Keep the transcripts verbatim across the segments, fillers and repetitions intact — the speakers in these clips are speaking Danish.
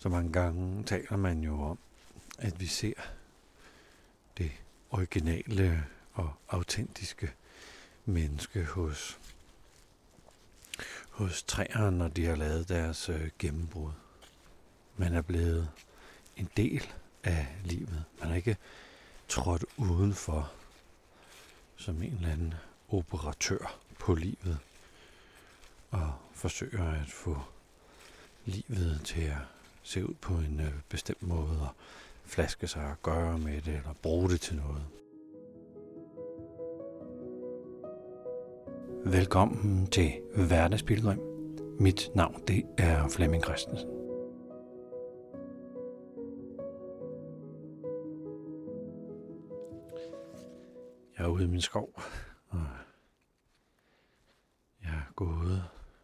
Så mange gange taler man jo om, at vi ser det originale og autentiske menneske hos, hos træerne, når de har lavet deres øh, gennembrud. Man er blevet en del af livet. Man er ikke trådt udenfor som en eller anden operatør på livet og forsøger at få livet til at se ud på en øh, bestemt måde og flaske sig og gøre med det eller bruge det til noget. Velkommen til Hverdagspilgrim. Mit navn det er Flemming Christensen. Jeg er ude i min skov, og jeg er gået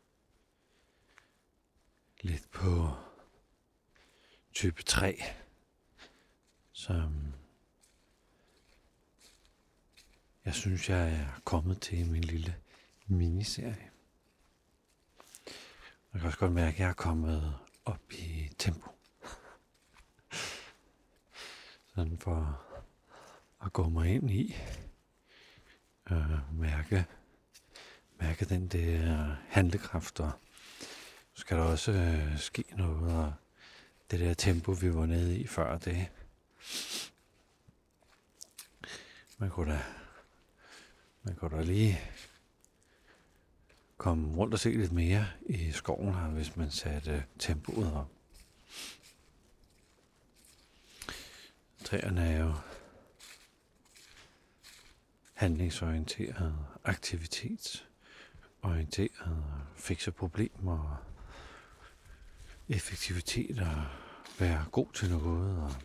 lidt på type træ, som jeg synes, jeg er kommet til i min lille miniserie. Jeg kan også godt mærke, at jeg er kommet op i tempo. Sådan for at gå mig ind i og mærke, mærke den der handlekraft, og skal der også øh, ske noget, og det der tempo, vi var nede i før, det man kunne da man kunne da lige komme rundt og se lidt mere i skoven her, hvis man satte tempoet op. Træerne er jo handlingsorienteret, aktivitetsorienteret, fikse problemer og effektivitet og være god til noget. Og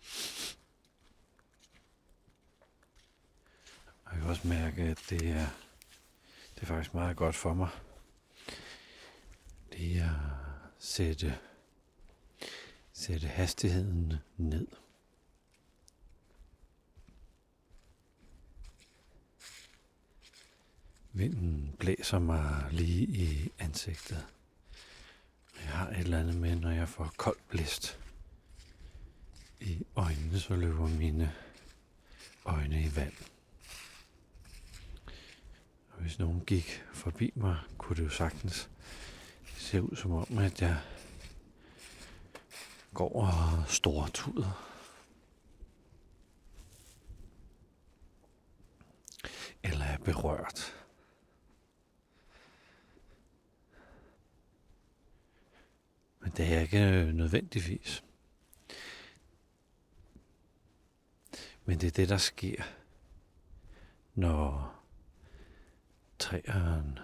jeg kan også mærke, at det er, det er faktisk meget godt for mig. Det er at sætte, sætte hastigheden ned. Vinden blæser mig lige i ansigtet. Jeg har et eller andet med, når jeg får koldt blæst i øjnene, så løber mine øjne i vand. Og hvis nogen gik forbi mig, kunne det jo sagtens se ud som om, at jeg går og stortuder. Eller er berørt. Men det er ikke nødvendigvis. Men det er det, der sker, når træerne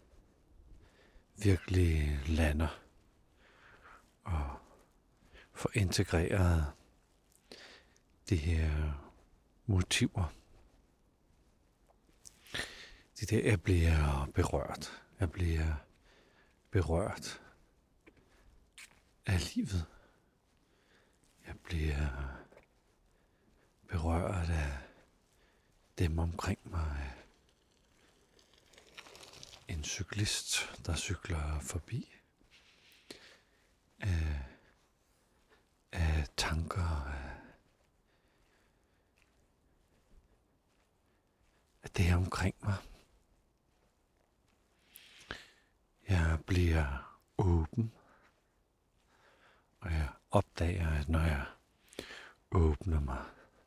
virkelig lander og får integreret de her motiver. Det er der, jeg bliver berørt. Jeg bliver berørt af livet. Jeg bliver berørt af dem omkring mig. En cyklist, der cykler forbi. Af, af tanker. Af, af det omkring mig. Jeg bliver åben. Og jeg opdager, at når jeg åbner mig,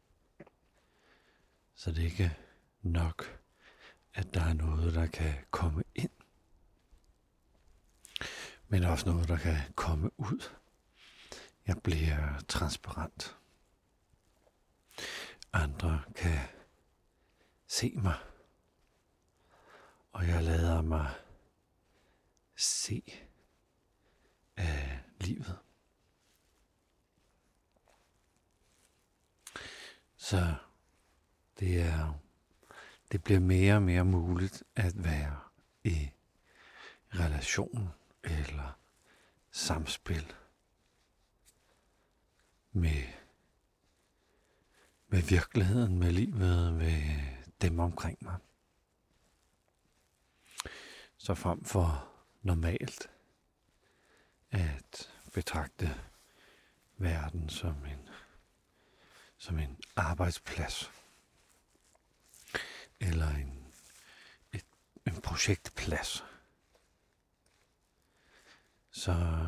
så det er ikke nok, at der er noget, der kan komme ind, men også noget, der kan komme ud. Jeg bliver transparent. Andre kan se mig, og jeg lader mig se af livet. Så det er, det bliver mere og mere muligt at være i relation eller samspil med, med virkeligheden, med livet, med dem omkring mig. Så frem for normalt at betragte verden som en, som en arbejdsplads. Eller en, et, en projektplads. Så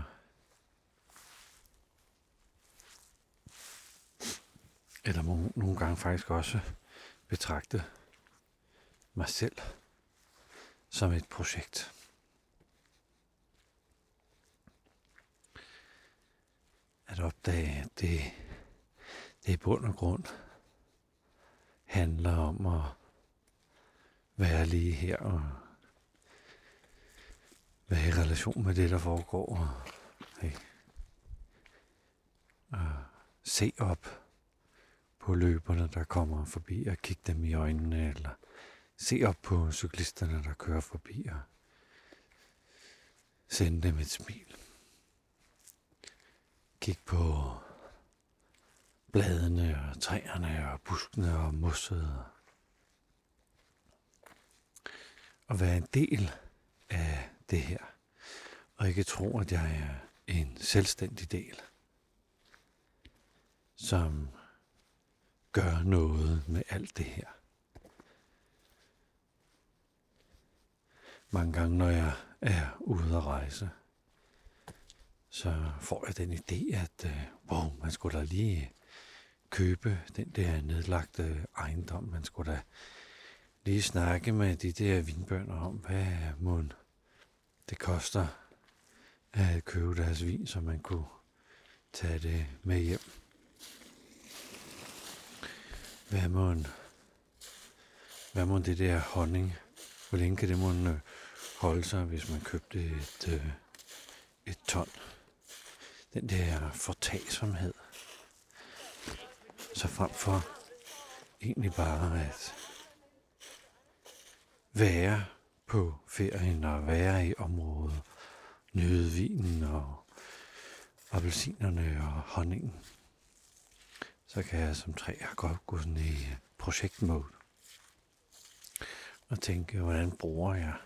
eller må, nogle gange faktisk også betragte mig selv som et projekt. At opdage, at det, det i bund og grund handler om at være lige her og være i relation med det, der foregår. Og, hey, og se op på løberne, der kommer forbi, og kigge dem i øjnene, eller se op på cyklisterne, der kører forbi, og sende dem et smil. Kig på bladene og træerne og buskene og mosset. Og være en del af det her. Og ikke tro, at jeg er en selvstændig del, som gør noget med alt det her. Mange gange, når jeg er ude at rejse, så får jeg den idé, at wow, man skulle da lige købe den der nedlagte ejendom. Man skulle da lige snakke med de der vinbønder om, hvad må det koster at købe deres vin, så man kunne tage det med hjem. Hvad må, hvad må det der honning, hvor længe kan det må holde sig, hvis man købte et, et ton? Den der fortagsomhed. Så frem for egentlig bare at være på ferien og være i området, nyde vinen og appelsinerne og honningen, så kan jeg som træer godt gå sådan i projektmode og tænke, hvordan bruger jeg,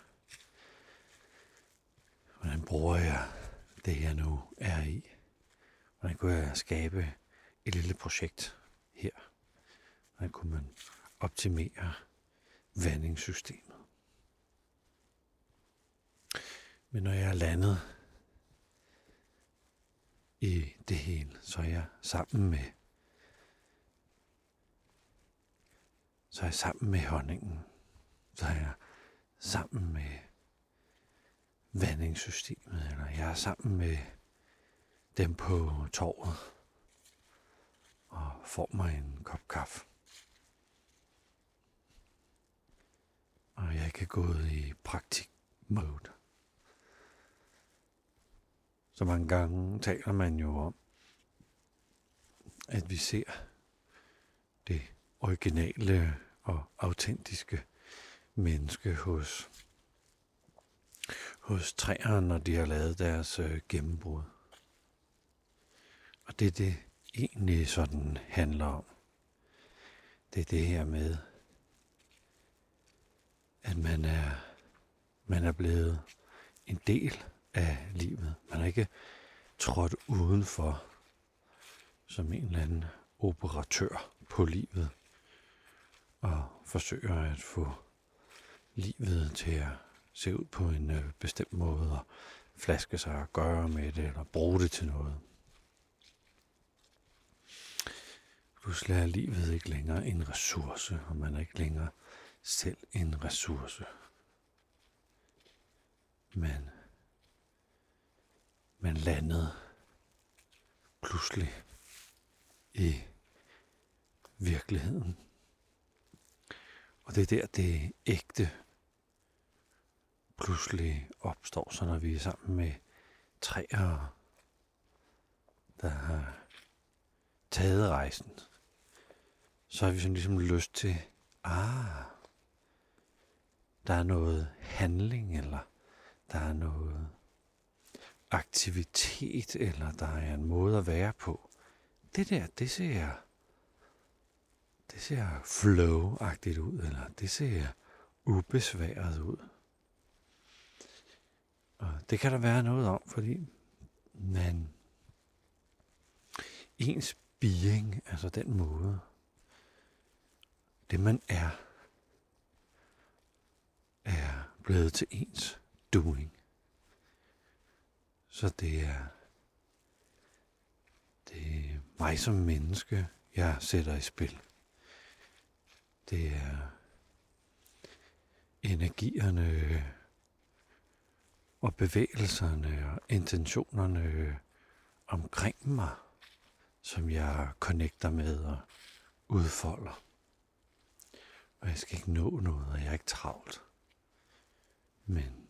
hvordan bruger jeg det, jeg nu er i? Hvordan kunne jeg skabe et lille projekt her? Hvordan kunne man optimere vandingssystemet? Men når jeg er landet i det hele, så er jeg sammen med så er jeg sammen med honningen. Så er jeg sammen med vandingssystemet, eller jeg er sammen med dem på torvet og får mig en kop kaffe. Og jeg kan gå i praktik-mode. Så mange gange taler man jo om, at vi ser det originale og autentiske menneske hos, hos træerne, når de har lavet deres øh, gennembrud. Og det er det egentlig sådan handler om. Det er det her med, at man er, man er blevet en del af livet. Man er ikke trådt udenfor som en eller anden operatør på livet og forsøger at få livet til at se ud på en øh, bestemt måde og flaske sig og gøre med det eller bruge det til noget. Pludselig er livet ikke længere en ressource, og man er ikke længere selv en ressource. Men man landede pludselig i virkeligheden. Og det er der, det ægte pludselig opstår, så når vi er sammen med træer, der har taget rejsen, så har vi sådan ligesom lyst til, ah, der er noget handling, eller der er noget aktivitet, eller der er en måde at være på. Det der, det ser, det ser flow-agtigt ud, eller det ser ubesværet ud. Og det kan der være noget om, fordi man ens being, altså den måde, det man er, er blevet til ens doing. Så det er, det er mig som menneske, jeg sætter i spil. Det er energierne og bevægelserne og intentionerne omkring mig, som jeg connecter med og udfolder. Og jeg skal ikke nå noget, og jeg er ikke travlt. Men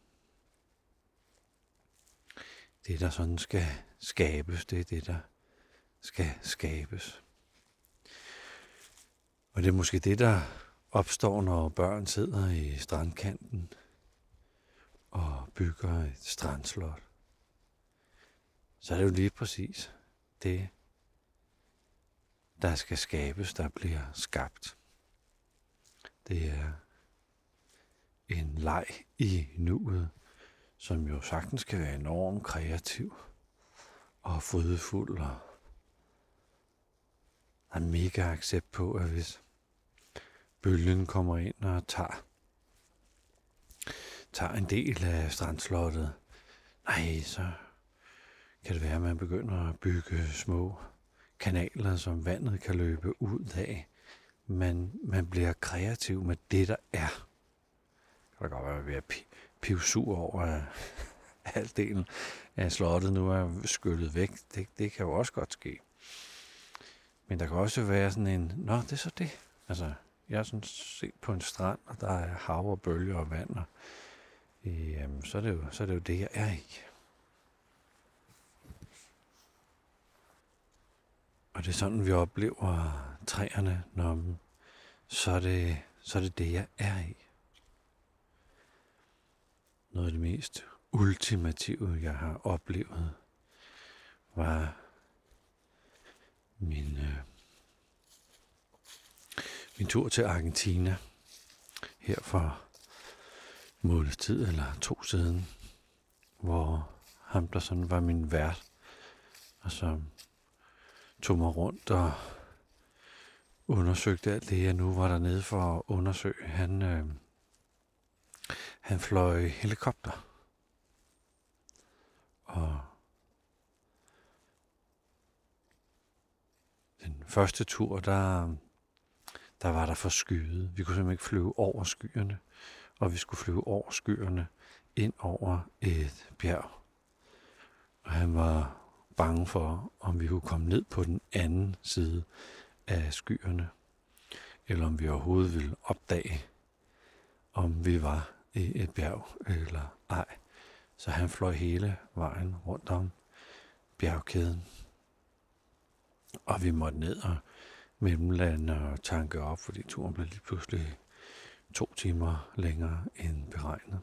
det, der sådan skal skabes, det er det, der skal skabes. Og det er måske det, der opstår, når børn sidder i strandkanten og bygger et strandslot. Så er det jo lige præcis det, der skal skabes, der bliver skabt. Det er en leg i nuet, som jo sagtens kan være enormt kreativ og frydefuld, og der er mega accept på, at hvis bølgen kommer ind og tager, tager en del af strandslottet, nej, så kan det være, at man begynder at bygge små kanaler, som vandet kan løbe ud af. Man, man bliver kreativ med det, der er. Det kan da godt være, at vi er pivsur over, at halvdelen af slottet nu er skyllet væk. Det, det kan jo også godt ske. Men der kan også være sådan en, nå, det er så det. Altså, jeg er sådan set på en strand, og der er hav og bølger og vand, og øh, så, er det jo, så er det jo det, jeg er i. Og det er sådan, vi oplever træerne, når så er det, så er det det, jeg er i. Noget af det mest ultimative, jeg har oplevet, var min, øh, min tur til Argentina her for en måneds tid eller to siden, hvor ham, der sådan var min vært, og som tog mig rundt og undersøgte alt det, jeg nu var dernede for at undersøge. Han, øh, han fløj helikopter. Og den første tur, der, der var der for skyet. Vi kunne simpelthen ikke flyve over skyerne, og vi skulle flyve over skyerne ind over et bjerg. Og han var bange for, om vi kunne komme ned på den anden side af skyerne, eller om vi overhovedet ville opdage, om vi var i et bjerg eller ej. Så han fløj hele vejen rundt om bjergkæden. Og vi måtte ned og mellemlande og tanke op, fordi turen blev lige pludselig to timer længere end beregnet.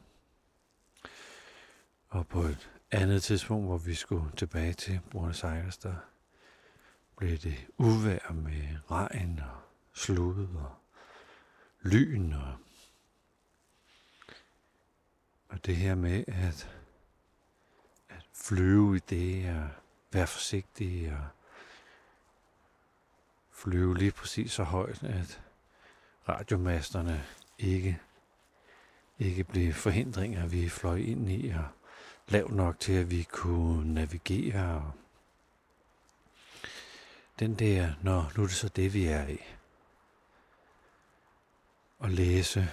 Og på et andet tidspunkt, hvor vi skulle tilbage til Buenos Aires, der blev det uvejr med regn og slud og lyn. Og, og det her med at, at flyve i det og være forsigtig og flyve lige præcis så højt, at radiomasterne ikke, ikke blev forhindringer, vi fløj ind i, og lav nok til, at vi kunne navigere. Og den der, når nu er det så det, vi er i. Og læse,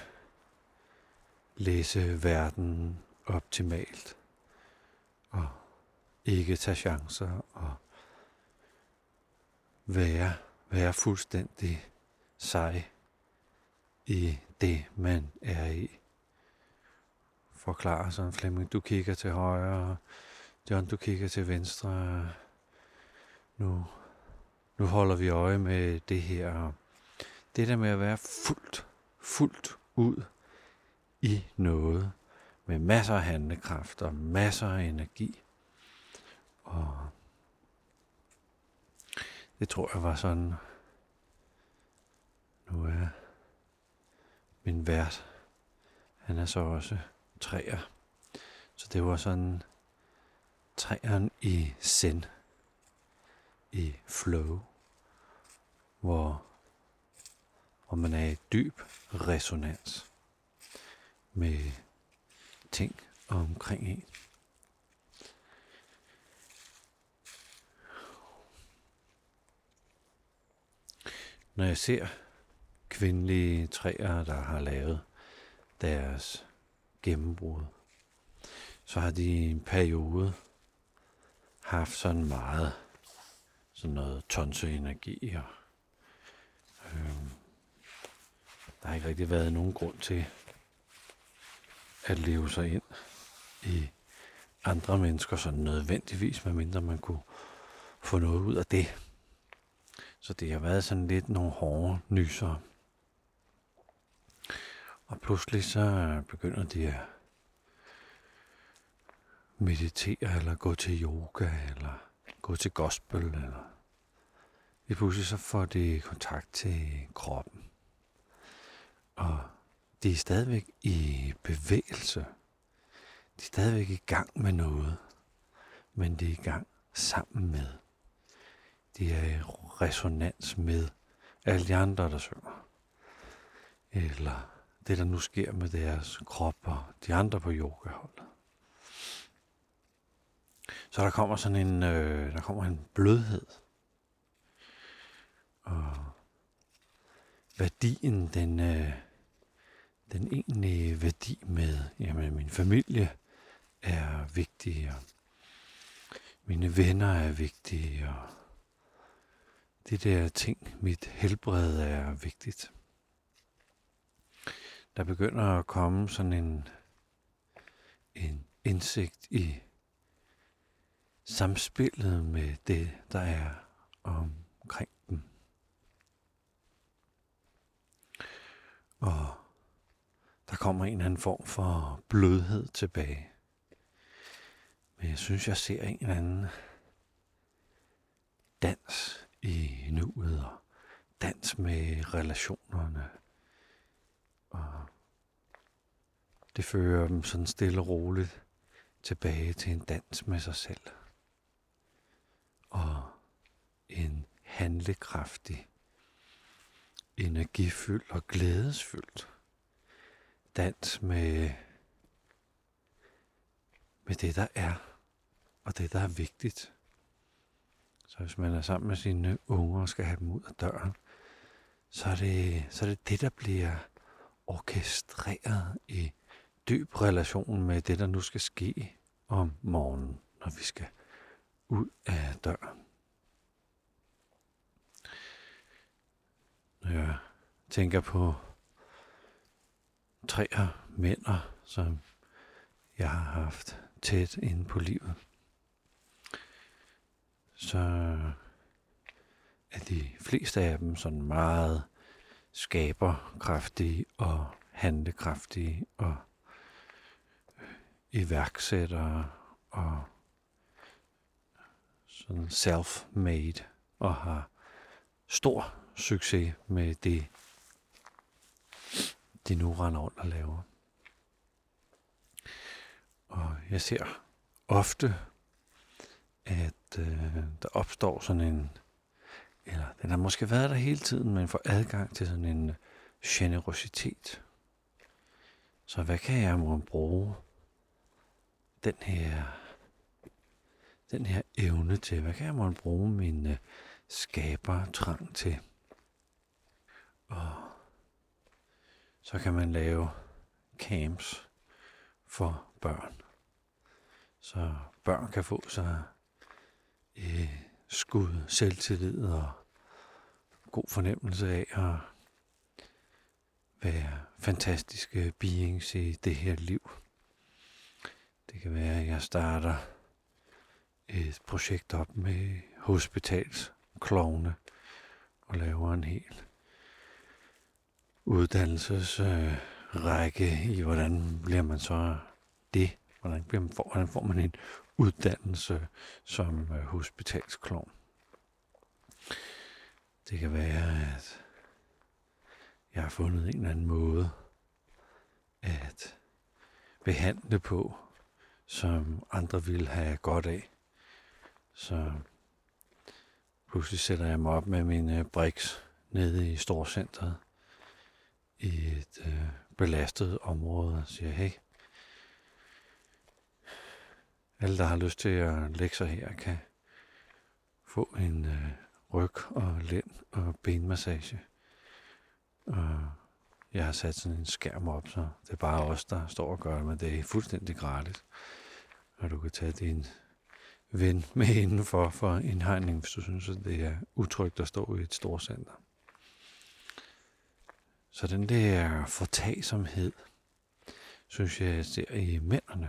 læse verden optimalt. Og ikke tage chancer. Og være, være fuldstændig sig i det, man er i. Forklare sådan, Flemming, du kigger til højre, John, du kigger til venstre. Nu, nu holder vi øje med det her. Det der med at være fuldt, fuldt ud i noget, med masser af handlekraft og masser af energi. Og det tror jeg var sådan, nu er min vært, han er så også træer. Så det var sådan træeren i zen. i flow, hvor, hvor man er i dyb resonans med ting omkring en. Når jeg ser kvindelige træer, der har lavet deres gennembrud, så har de i en periode haft sådan meget sådan noget tonseenergi, og øh, der har ikke rigtig været nogen grund til at leve sig ind i andre mennesker sådan nødvendigvis, medmindre man kunne få noget ud af det. Så det har været sådan lidt nogle hårde nyser. Og pludselig så begynder de at meditere, eller gå til yoga, eller gå til gospel, eller lige pludselig så får de kontakt til kroppen. Og de er stadigvæk i bevægelse. De er stadigvæk i gang med noget, men de er i gang sammen med. De er i resonans med alle de andre, der synger. Eller det, der nu sker med deres krop og de andre på yogaholdet. Så der kommer sådan en, øh, der kommer en blødhed. Og værdien, den, øh, den egentlige værdi med, jamen min familie er vigtig, og mine venner er vigtige, og det der ting, mit helbred er vigtigt. Der begynder at komme sådan en, en indsigt i samspillet med det, der er omkring dem. Og der kommer en eller anden form for blødhed tilbage. Men jeg synes, jeg ser en eller anden dans i nuet, og dans med relationerne. Og det fører dem sådan stille og roligt tilbage til en dans med sig selv. Og en handlekraftig, energifyldt og glædesfyldt dans med, med det, der er, og det, der er vigtigt. Så hvis man er sammen med sine unger og skal have dem ud af døren, så er det så er det, det, der bliver orkestreret i dyb relation med det, der nu skal ske om morgenen, når vi skal ud af døren. Når jeg tænker på træer mænder, som jeg har haft tæt inde på livet, så er de fleste af dem sådan meget skaberkraftige og handlekraftige og iværksættere og sådan self-made og har stor succes med det, de nu render rundt og laver. Og jeg ser ofte, at øh, der opstår sådan en, eller den har måske været der hele tiden, men får adgang til sådan en generøsitet. Så hvad kan jeg må bruge den her, den her evne til? Hvad kan jeg må bruge min øh, skabertrang til? Og så kan man lave camps for børn. Så børn kan få sig øh, skud selvtillid og god fornemmelse af at være fantastiske beings i det her liv. Det kan være, at jeg starter et projekt op med hospitalsklovne og laver en hel uddannelsesrække øh, i, hvordan bliver man så det? Hvordan, bliver man, hvordan får man en uddannelse som øh, hospitalsklovn? Det kan være, at jeg har fundet en eller anden måde at behandle på, som andre ville have godt af. Så Pludselig sætter jeg mig op med mine briks nede i storcentret i et øh, belastet område og siger, hey, alle der har lyst til at lægge sig her, kan få en øh, ryg- og lænd- og benmassage. Og jeg har sat sådan en skærm op, så det er bare os, der står og gør det, men det er fuldstændig gratis. Og du kan tage din ven med indenfor for indhegning, hvis du synes, at det er utrygt at stå i et storcenter. Så den der fortagsomhed, synes jeg, jeg ser i mændene,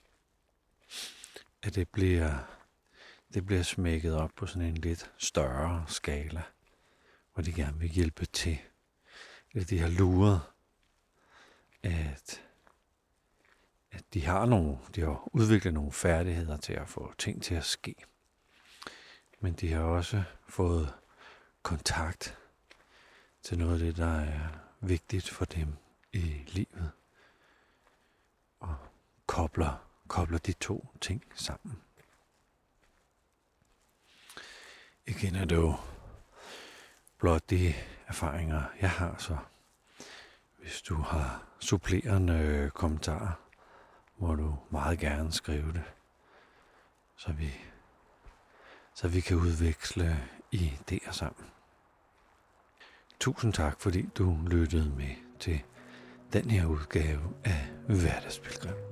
at det bliver, det bliver smækket op på sådan en lidt større skala, hvor de gerne vil hjælpe til. Eller de har luret, at, at de har nogle, de har udviklet nogle færdigheder til at få ting til at ske. Men de har også fået kontakt til noget af det, der er vigtigt for dem i livet. Og kobler, kobler de to ting sammen. Igen er det jo blot de erfaringer, jeg har, så hvis du har supplerende kommentarer, må du meget gerne skrive det, så vi, så vi kan udveksle idéer sammen. Tusind tak, fordi du lyttede med til den her udgave af Hverdagspilgrim.